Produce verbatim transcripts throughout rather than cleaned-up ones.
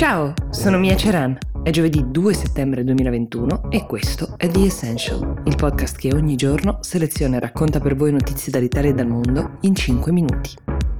Ciao, sono Mia Ceran. È giovedì due settembre duemilaventuno e questo è The Essential, il podcast che ogni giorno seleziona e racconta per voi notizie dall'Italia e dal mondo in cinque minuti.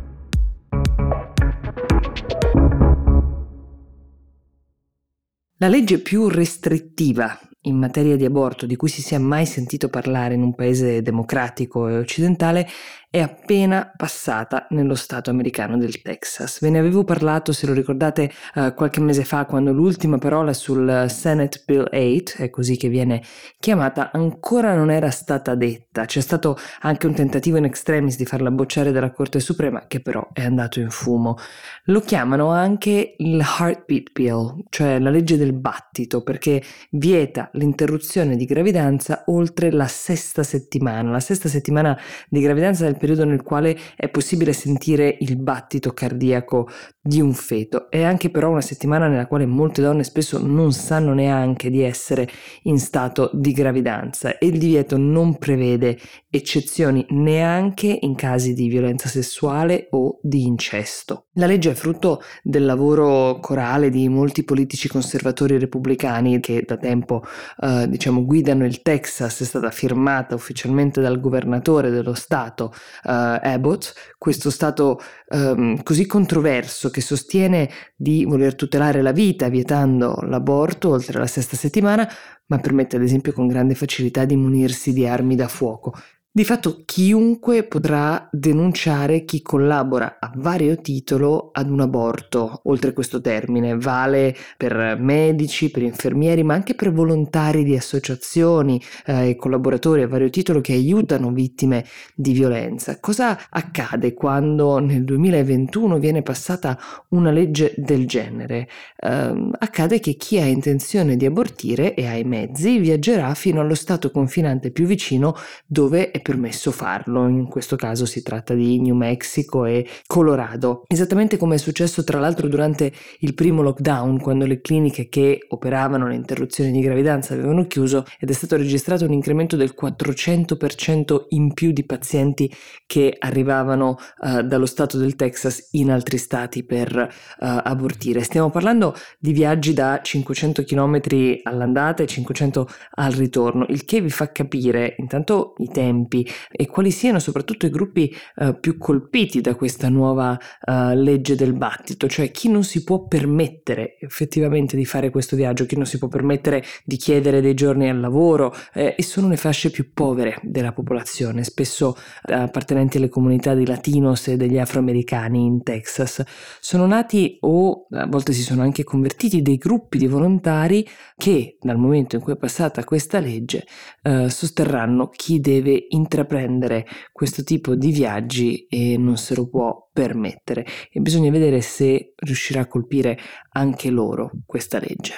La legge più restrittiva in materia di aborto di cui si sia mai sentito parlare in un paese democratico e occidentale è appena passata nello stato americano del Texas. Ve ne avevo parlato, se lo ricordate, uh, qualche mese fa, quando l'ultima parola sul Senate Bill otto, è così che viene chiamata, ancora non era stata detta. C'è stato anche un tentativo in extremis di farla bocciare dalla Corte Suprema, che però è andato in fumo. Lo chiamano anche il Heartbeat Bill, cioè la legge del battito, perché vieta l'interruzione di gravidanza oltre la sesta settimana. La sesta settimana di gravidanza è il periodo nel quale è possibile sentire il battito cardiaco di un feto. È anche però una settimana nella quale molte donne spesso non sanno neanche di essere in stato di gravidanza, e il divieto non prevede eccezioni neanche in casi di violenza sessuale o di incesto. La legge è frutto del lavoro corale di molti politici conservatori repubblicani che da tempo eh, diciamo guidano il Texas. È stata firmata ufficialmente dal governatore dello stato uh, Abbott, questo stato um, così controverso, che sostiene di voler tutelare la vita vietando l'aborto oltre la sesta settimana, ma permette ad esempio con grande facilità di munirsi di armi da fuoco. Di fatto chiunque potrà denunciare chi collabora a vario titolo ad un aborto. Oltre questo termine vale per medici, per infermieri, ma anche per volontari di associazioni eh, e collaboratori a vario titolo che aiutano vittime di violenza. Cosa accade quando nel duemilaventuno viene passata una legge del genere? Eh, accade che chi ha intenzione di abortire e ha i mezzi viaggerà fino allo stato confinante più vicino dove è permesso farlo. In questo caso si tratta di New Mexico e Colorado, esattamente come è successo tra l'altro durante il primo lockdown, quando le cliniche che operavano le interruzioni di gravidanza avevano chiuso ed è stato registrato un incremento del quattrocento per cento in più di pazienti che arrivavano uh, dallo stato del Texas in altri stati per uh, abortire. Stiamo parlando di viaggi da cinquecento chilometri all'andata e cinquecento al ritorno, il che vi fa capire intanto i tempi e quali siano soprattutto i gruppi uh, più colpiti da questa nuova uh, legge del battito, cioè chi non si può permettere effettivamente di fare questo viaggio, chi non si può permettere di chiedere dei giorni al lavoro, eh, e sono le fasce più povere della popolazione, spesso uh, appartenenti alle comunità di latinos e degli afroamericani in Texas. Sono nati o a volte si sono anche convertiti dei gruppi di volontari che dal momento in cui è passata questa legge uh, sosterranno chi deve intraprendere questo tipo di viaggi e non se lo può permettere, e bisogna vedere se riuscirà a colpire anche loro questa legge.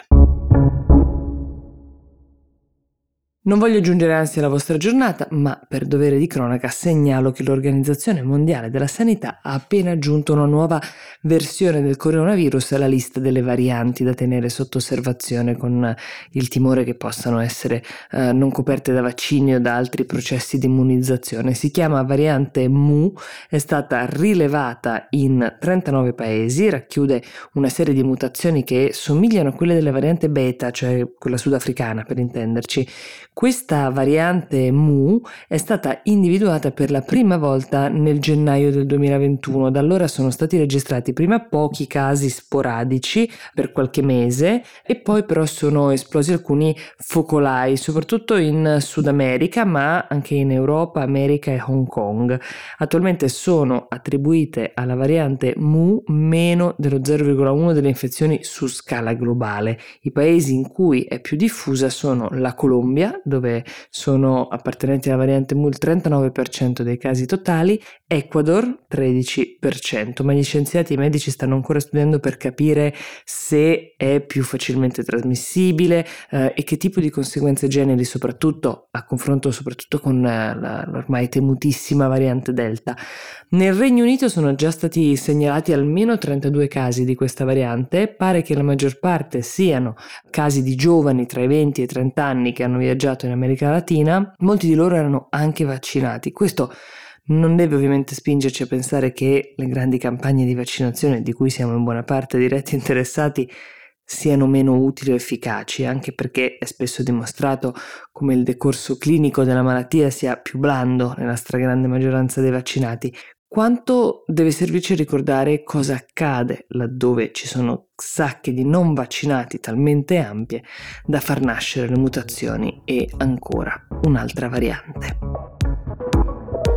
Non voglio aggiungere ansia alla vostra giornata, ma per dovere di cronaca segnalo che l'Organizzazione Mondiale della Sanità ha appena aggiunto una nuova versione del coronavirus alla lista delle varianti da tenere sotto osservazione, con il timore che possano essere eh, non coperte da vaccini o da altri processi di immunizzazione. Si chiama variante Mu, è stata rilevata in trentanove paesi, racchiude una serie di mutazioni che somigliano a quelle della variante Beta, cioè quella sudafricana per intenderci. Questa variante Mu è stata individuata per la prima volta nel gennaio del duemilaventuno. Da allora sono stati registrati prima pochi casi sporadici per qualche mese e poi però sono esplosi alcuni focolai, soprattutto in Sud America, ma anche in Europa, America e Hong Kong. Attualmente sono attribuite alla variante Mu meno dello zero virgola uno delle infezioni su scala globale. I paesi in cui è più diffusa sono la Colombia, dove sono appartenenti alla variante Mu il trentanove per cento dei casi totali, Ecuador tredici per cento, ma gli scienziati e i medici stanno ancora studiando per capire se è più facilmente trasmissibile eh, e che tipo di conseguenze generi, soprattutto a confronto soprattutto con eh, la, l'ormai temutissima variante Delta. Nel Regno Unito sono già stati segnalati almeno trentadue casi di questa variante, pare che la maggior parte siano casi di giovani tra i venti e i trenta anni che hanno viaggiato in America Latina. Molti di loro erano anche vaccinati. Questo non deve ovviamente spingerci a pensare che le grandi campagne di vaccinazione, di cui siamo in buona parte diretti interessati, siano meno utili o efficaci, anche perché è spesso dimostrato come il decorso clinico della malattia sia più blando nella stragrande maggioranza dei vaccinati, quanto deve servirci a ricordare cosa accade laddove ci sono sacche di non vaccinati talmente ampie da far nascere le mutazioni e ancora un'altra variante.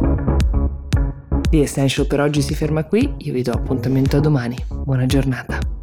The Essential per oggi si ferma qui, io vi do appuntamento a domani. Buona giornata.